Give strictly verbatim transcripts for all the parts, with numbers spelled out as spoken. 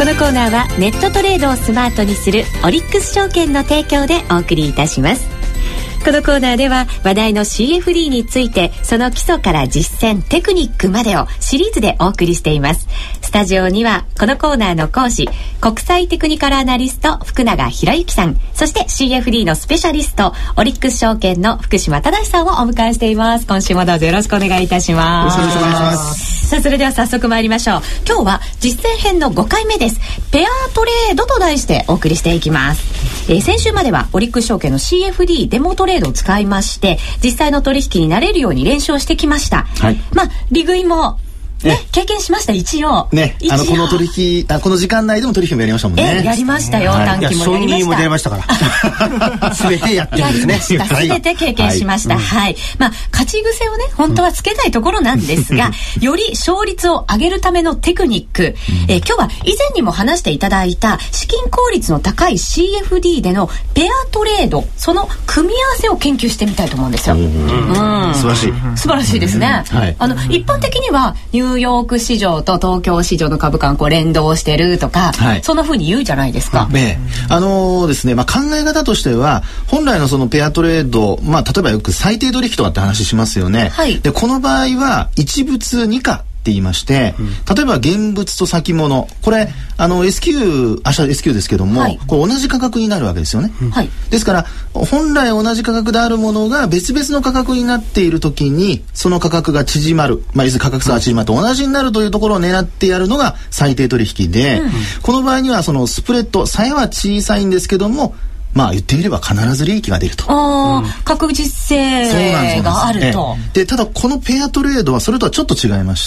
このコーナーはネットトレードをスマートにするオリックス証券の提供でお送りいたします。このコーナーでは話題の シーエフディー について、その基礎から実践、テクニックまでをシリーズでお送りしています。スタジオにはこのコーナーの講師、国際テクニカルアナリスト福永博之さん、そして シーエフディー のスペシャリストオリックス証券の福島忠さんをお迎えしています。今週もどうぞよろしくお願いいたします。 よろしくお願いします。 さあ、それでは早速参りましょう。今日は実践編のごかいめです。ペアトレードと題してお送りしていきます。えー、先週まではオリックス証券の シーエフディー デモトレードを使いまして実際の取引になれるように練習をしてきました。はい、まあ利食いもね、経験しました。一応ね、あのこの取引あこの時間内でも取引もやりましたもんね。 えやりましたよ、はい、短期もやりました。 承認もやりましたから全てやってるんですね。 全て経験しました。はい、はい、まあ勝ち癖をね本当はつけたいところなんですが、うん、より勝率を上げるためのテクニック、うん、え今日は以前にも話していただいた資金効率の高い シーエフディー でのペアトレード、その組み合わせを研究してみたいと思うんですよ。うん、 うん、素晴らしい素晴らしいですね。うん、はい、あの一般的にはニューヨーク市場と東京市場の株価がこう連動してるとか、はい、そんな風に言うじゃないですか。 ね、あのー、ですね、まあ、考え方としては本来のそのペアトレード、まあ、例えばよく最低取引とかって話しますよね。はい、でこの場合は一物二価って言いまして、うん、例えば現物と先物、これあの エスキュー 明日 エスキュー ですけども、はい、これ同じ価格になるわけですよね。はい、ですから本来同じ価格であるものが別々の価格になっているときにその価格が縮まる、まあ、要するに価格差が縮まって同じになるというところを狙ってやるのが最低取引で、うん、この場合にはそのスプレッド差は小さいんですけども、まあ言ってみれば必ず利益が出ると。 あ、うん、確実性があると。 でただこのペアトレードはそれとはちょっと違いまして、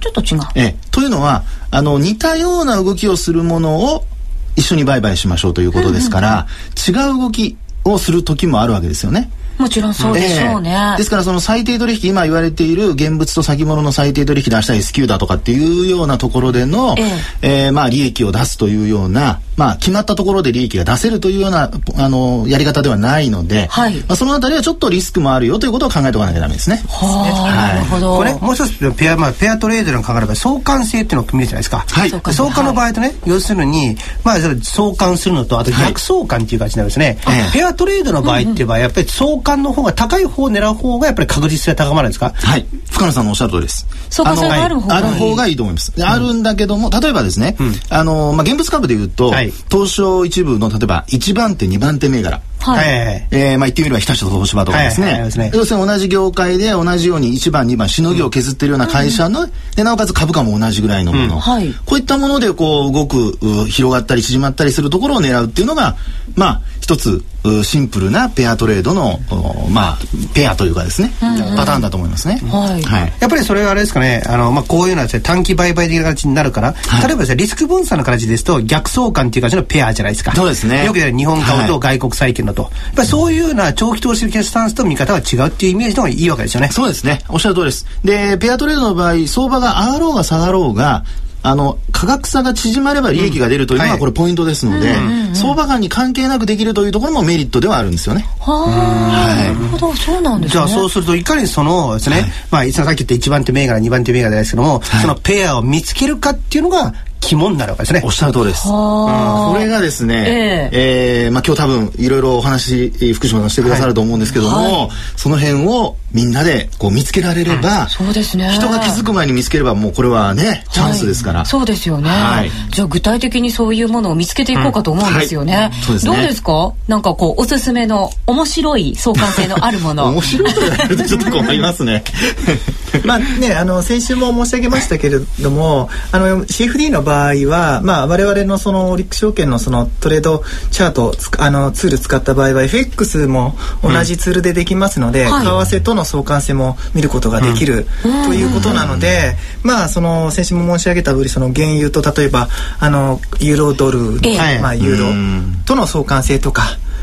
ちょっと違う。 えというのはあの似たような動きをするものを一緒に売買しましょうということですから、うんうんうん、違う動きをする時もあるわけですよね。 もちろんそうでしょうね。えー、 ですからその最低取引、今言われている現物と先物の最低取引で明日 エスキュー だとかっていうようなところでの、えーえー、まあ利益を出すというような、まあ決まったところで利益が出せるというようなあのやり方ではないので、はい、まあ、そのあたりはちょっとリスクもあるよということを考えておかなきゃダメですね。 はあ、はい、なるほど。 これもう一つペア、まあ、ペアトレードの考えれば相関性っていうのを組みるじゃないですか。はい、相関の場合とね、はい、要するにまあ相関するのとあと逆相関っていう感じになるんですね。はい、ペアトレードの場合っていう場合、やっぱり相関の方が高い方を狙う方がやっぱり確実性が高まるんですか。 はい、深野さんのおっしゃる通りです。 相関性がある方がいい。 ある方がいいと思います。うん、あるんだけども、例えばですね、うん、あのまあ、現物株でいうと、はい、東証一部の例えばいちばん手にばん手銘柄、はい、えー、まあ、言ってみれば日立と東芝とかですね、はいはいはい、要するに同じ業界で同じようにいちばんにばんしのぎを削っているような会社の、うん、でなおかつ株価も同じぐらいのもの、うん、はい、こういったものでこう動く広がったり縮まったりするところを狙うっていうのがまあ一つシンプルなペアトレードのまあペアというかですね、うんうん、パターンだと思いますね。 はいはい、やっぱりそれはあれですかね、あの、まあ、こういうのはですね短期売買的な形になるから、はい、例えばですねリスク分散の形ですと逆相関っていう感じのペアじゃないですか。 そうですね。 よく言われる日本株と外国債券のと、はい、やっぱりそういうような長期投資的なスタンスと見方は違うっていうイメージの方がいいわけですよね。 そうですね、おっしゃる通りです。でペアトレードの場合相場が上がろうが下がろうがあの価格差が縮まれば利益が出るというのがこれポイントですので、うんはい、相場間に関係なくできるというところもメリットではあるんですよね。 はあ、はい、なるほど、そうなんですね。 じゃあそうするといかにそのですね、はい、まあいつもさっき言ったいちばん手銘柄にばん手銘柄ですけども、はい、そのペアを見つけるかっていうのが肝になるわけですね。 おっしゃる通りです。うん、これがですね、えーえーまあ、今日多分いろいろお話福島さんしてくださると思うんですけども、はいはい、その辺をみんなでこう見つけられれば、うん、 そうですね、 人が気づく前に見つければもうこれはねチャンスですから、 はい、そうですよね、はい、じゃあ具体的にそういうものを見つけていこうかと思うんですよね。うんはい、そうですね。どうですか、なんかこうおすすめの面白い相関性のあるもの面白いと言われるとちょっと困りますねまあね、あの先週も申し上げましたけれども、あの シーエフディー の場合は、まあ、我々のそのオリックス証券のそのトレードチャートあのツール使った場合は エフエックス も同じツールでできますので、うん、為替との相関性も見ることができる、うん、ということなので、うん、まあその先週も申し上げた通りその原油と例えばあのユーロドル、えー、まあユーロとの相関性とか、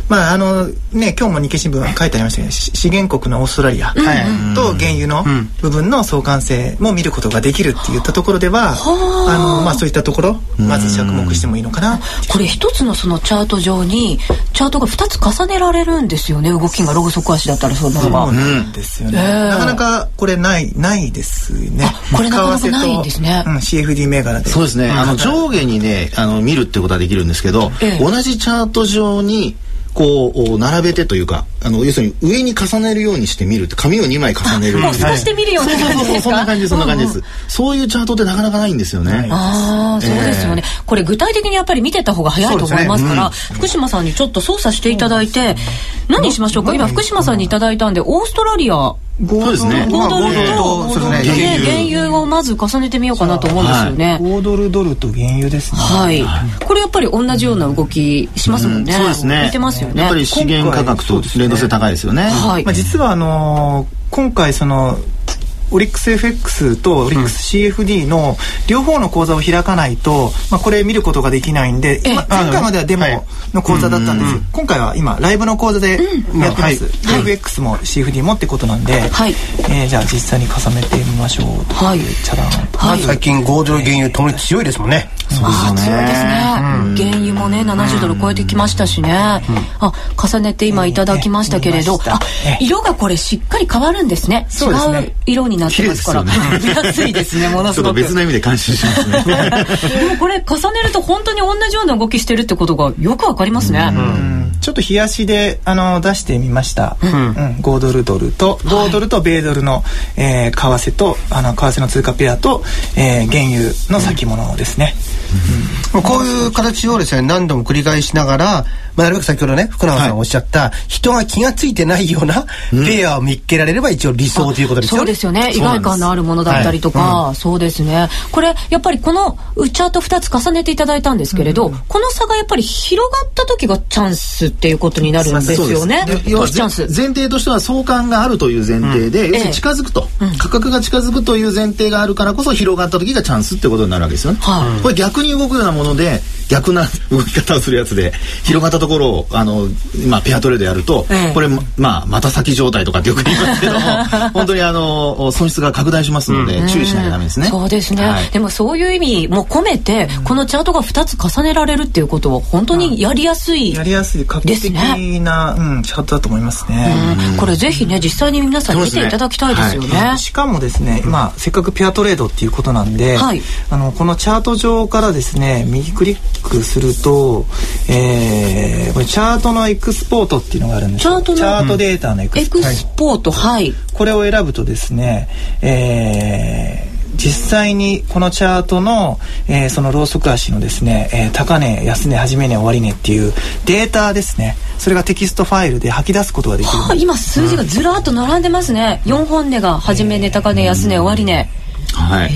まああのね、今日も日経新聞書いてありましたけど、資源国のオーストラリアと原油の部分の相関性も見ることができるっていったところでは、あのまあそういったところまず着目してもいいのかな。 これ一つのそのチャート上にチャートがふたつ重ねられるんですよね。動きがログ底足だったらそうなのが。 そうなんですよね。なかなかこれないないですね。 これなかなかないんですね。 うん、シーエフディー 銘柄で。 そうですね。あの上下にね、あの見るってことはできるんですけど、ええ、同じチャート上にこう並べてというか、あの要するに上に重ねるようにして見るって、紙をにまい重ねる。 もう透かして見るような感じですか。 そんな感じそんな感じです、うんうん。そういうチャートってなかなかないんですよね。 ああ、そうですよね。これ具体的にやっぱり見てた方が早いと思いますから、ね、うん、福島さんにちょっと操作していただいて、何にしましょうか。今福島さんにいただいたんで、オーストラリア。 そうですね。 ごドルと原油をまず重ねてみようかなと思うんですよね。 ごドルドルと原油ですね。 はい。これやっぱり同じような動きしますもんね。 そうですね。 似てますよね。 やっぱり資源価格と連動性高いですよね。 はい。まあ実はあの今回そのオリックス エフエックス とオリックス シーエフディー の両方の口座を開かないと、まあ、これ見ることができないんで、まあ、前回まではデモの口座だったんです、はい、今回は今ライブの口座でやってます、うん、はい、エフエックス も シーエフディー もってことなんで、はい、えー、じゃあ実際に重ねてみましょうと、はい、チャラン、 はい、最近ごドル原油ともに強いですもんね。 そうですね。強いですね、うん、原油もねななじゅうドル超えてきましたしね、うん、あ重ねて今いただきましたけれど、あ色がこれしっかり変わるんですね。 そうですね、 違う色になってますから見やすいですね。ものすごくちょっと別の意味で感心しますねでもこれ重ねると本当に同じような動きしてるってことがよくわかりますね。うん、うん、 ちょっと冷やしであの出してみました、うんうん、ごドルドルとごドルと米ドルの、えー、為替とあの為替の通貨ペアと、えー、原油の先物ですね、 うんうん、こういう形をですね何度も繰り返しながら、まあ、なるべく先ほどね福永さんがおっしゃった、はい、人が気がついてないようなペアを見っけられれば一応理想ということですよね。 そうですよね。意外感のあるものだったりとか、はい、うん、そうですね。これやっぱりこのチャートふたつ重ねていただいたんですけれど、うん、この差がやっぱり広がった時がチャンスっていうことになるんですよね。 要はチャンス前提としては相関があるという前提で、うん、要するに近づくと、ええ、価格が近づくという前提があるからこそ広がった時がチャンスってことになるわけですよね、はい、これ逆に動くようなもので逆な動き方をするやつで広がったところをあの今ペアトレードやると、ええ、これまあまた先状態とかってよく言いますけども本当にあの損失が拡大しますので、うん、注意しなきゃダメですね。 そうですね、はい、でもそういう意味も込めて、うん、このチャートがふたつ重ねられるっていうことは本当にやりやすいですね。 やりやすい画期的な、うん、チャートだと思いますね、 うん、これぜひね実際に皆さん見ていただきたいですよね、 はい、しかもですね、まあ、せっかくペアトレードっていうことなんで、はい、あのこのチャート上からですね右クリックすると、えー、これチャートのエクスポートっていうのがあるんです。 チャートのチャートデータのエクスポート、 エクスポート、はい、 これを選ぶとですね、えー実際にこのチャートの、えー、そのローソク足のですね、えー、高値安値始め値終値っていうデータですね、それがテキストファイルで吐き出すことができる、はあ、 今数字がずらっと並んでますね、うん、よんほん値が始め値高値安値終値、 はい、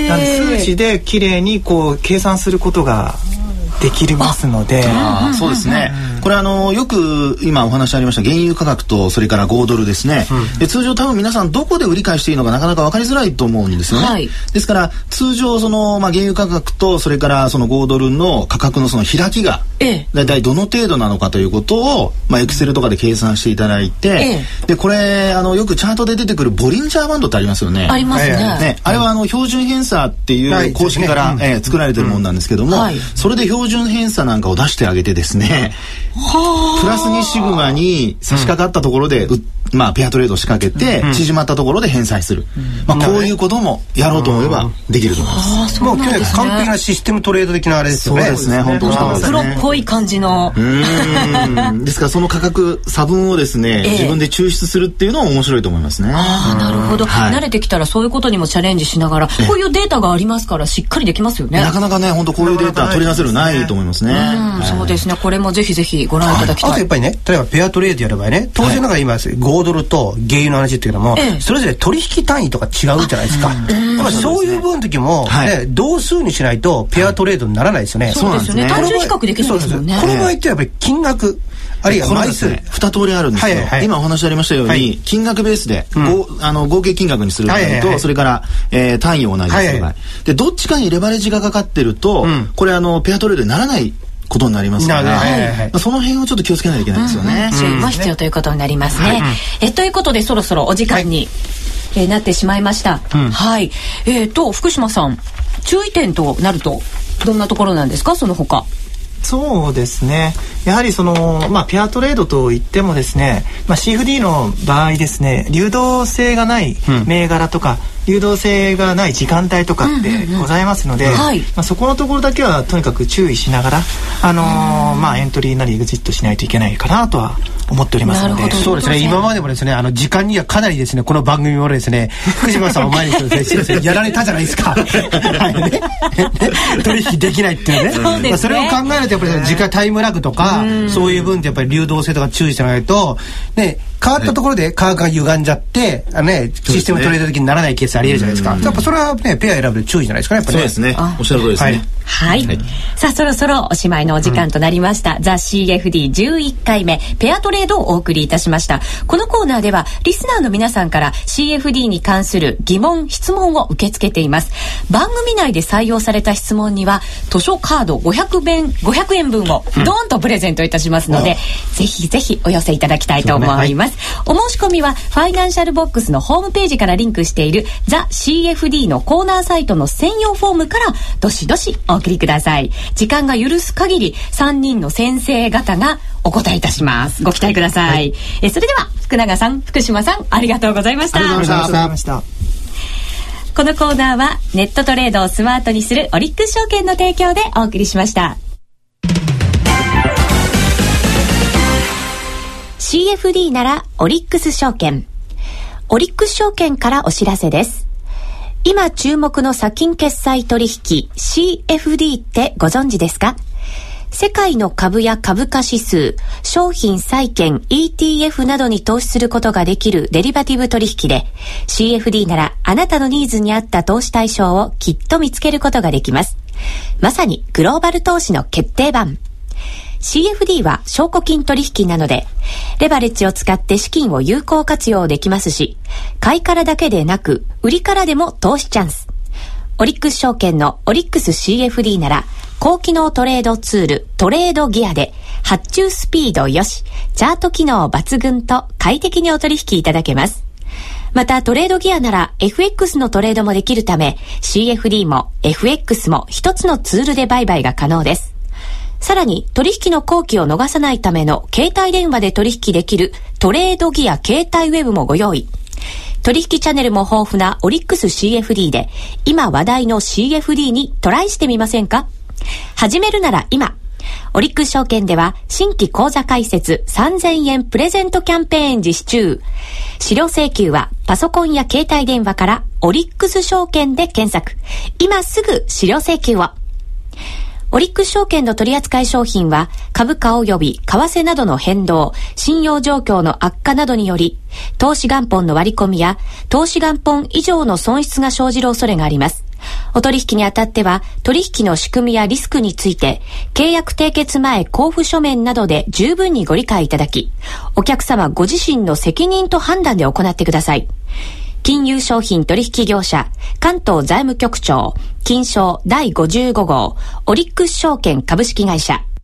なんで数値で綺麗にこう計算することができますので、 ああそうですね、うん、これあのよく今お話ありました原油価格とそれからごドルですね、うん、で通常多分皆さんどこで売り買いしていいのかなかなか分かりづらいと思うんですよね、はい、ですから通常その、まあ、原油価格とそれからそのごドルの価格のその開きがだいたいどの程度なのかということを、まあ、エクセルとかで計算していただいて、ええ、でこれあのよくチャートで出てくるボリンジャーバンドってありますよね。 ありますね、 ね、あれはあの標準偏差っていう公式から、はい、えー、作られてるものなんですけども、うんはい、それで標準偏差なんかを出してあげてですね、プラスにシグマに差し掛かったところで、うん、まあ、ペアトレードを仕掛けて、うん、縮まったところで返済する、うん、まあ、こういうこともやろうと思えばできると思います、 うん、もう完璧なシステムトレード的なあれですよね。 そうですね、本当にそうですね。 プロっぽい感じのうんですからその価格差分をですね、ええ、自分で抽出するっていうのは面白いと思いますね。 ああ、なるほど、はい、慣れてきたらそういうことにもチャレンジしながら、こういうデータがありますからしっかりできますよね。 なかなかね本当こういうデータ取り出せるないと思いますね。 うん、そうですね、これもぜひぜひご覧いただきたい、 はい、あとやっぱりね、例えばペアトレードやればね、当然ながら今、はい、ごドルと原油の話っていうのも、ええ、それぞれ取引単位とか違うじゃないですか。だからそういう分の時も、ね、はい、同数にしないとペアトレードにならないですよね。 そうですよね、単純比較できないですもんね。 この場合ってやっぱり金額あるいは枚数、 ね、に通りあるんですよ、はいはい、今お話ありましたように、はい、金額ベースで、うん、あの合計金額にする場合と、はいはいはい、それから、えー、単位を同じにする場合、はいはい、でどっちかにレバレッジがかかってると、うん、これあのペアトレードにならないことになりますから、はいはい、その辺をちょっと気をつけないといけないですよね。 注意も必要ということになりますね。はい、えということでそろそろお時間に、はいえー、なってしまいました。うん、はい。えーと福島さん、注意点となるとどんなところなんですか、その他。 そうですね。やはりその、まあ、ペアトレードといってもですね、まあ、シーエフディー の場合ですね、流動性がない銘柄とか、うん流動性がない時間帯とかってございますので、うんうんうんはいまあ、そこのところだけはとにかく注意しながら、あのーまあ、エントリーなりエグジットしないといけないかなとは思っておりますので。 そうですね。今までもですね、あの時間にはかなりですね、この番組もですね、福島さんを前にしてやられたじゃないですか。はいね、取引できないっていうね。そうですね。まあ、それを考えるとやっぱり時間タイムラグとか、そういう分でやっぱり流動性とか注意してないとね。変わったところで価格が歪んじゃって、あのね、システムトレード的にならないケースありえるじゃないですか。やっぱそれはね、ペア選ぶで注意じゃないですかね、やっぱね。 そうですね。おっしゃる通りですね。 はい。はいはい、さあ、そろそろおしまいのお時間となりました。うん、ザ・ シーエフディーじゅういっかいめ、ペアトレードをお送りいたしました。このコーナーでは、リスナーの皆さんから シーエフディー に関する疑問、質問を受け付けています。番組内で採用された質問には、図書カードごひゃくえん、ごひゃくえんぶんをドーンとプレゼントいたしますので、うん、ぜひぜひお寄せいただきたいと思います。ねはい、お申し込みはファイナンシャルボックスのホームページからリンクしているザ・ シーエフディー のコーナーサイトの専用フォームからどしどしお送りください。時間が許す限りさんにんの先生方がお答えいたします。ご期待ください。はい、えそれでは福永さん、福島さん、ありがとうございました。 ありがとうございました。 このコーナーはネットトレードをスマートにするオリックス証券の提供でお送りしました。シーエフディー ならオリックス証券。オリックス証券からお知らせです。今注目の先金決済取引 シーエフディー ってご存知ですか？世界の株や株価指数、商品債券 イーティーエフ などに投資することができるデリバティブ取引で シーエフディー ならあなたのニーズに合った投資対象をきっと見つけることができます。まさにグローバル投資の決定版。シーエフディー は証拠金取引なので、レバレッジを使って資金を有効活用できますし、買いからだけでなく、売りからでも投資チャンス。オリックス証券のオリックス シーエフディー なら、高機能トレードツール、トレードギアで、発注スピードよし、チャート機能抜群と快適にお取引いただけます。またトレードギアなら エフエックス のトレードもできるため、シーエフディー も エフエックス も一つのツールで売買が可能です。さらに取引の後期を逃さないための携帯電話で取引できるトレードギア携帯ウェブもご用意。取引チャンネルも豊富なオリックス シーエフディー で今話題の シーエフディー にトライしてみませんか？始めるなら今。オリックス証券では新規口座開設さんぜんえんプレゼントキャンペーン実施中。資料請求はパソコンや携帯電話からオリックス証券で検索。今すぐ資料請求を。オリックス証券の取扱い商品は株価及び為替などの変動、信用状況の悪化などにより、投資元本の割り込みや投資元本以上の損失が生じる恐れがあります。お取引にあたっては、取引の仕組みやリスクについて、契約締結前交付書面などで十分にご理解いただき、お客様ご自身の責任と判断で行ってください。金融商品取引業者関東財務局長金商だいごじゅうご号オリックス証券株式会社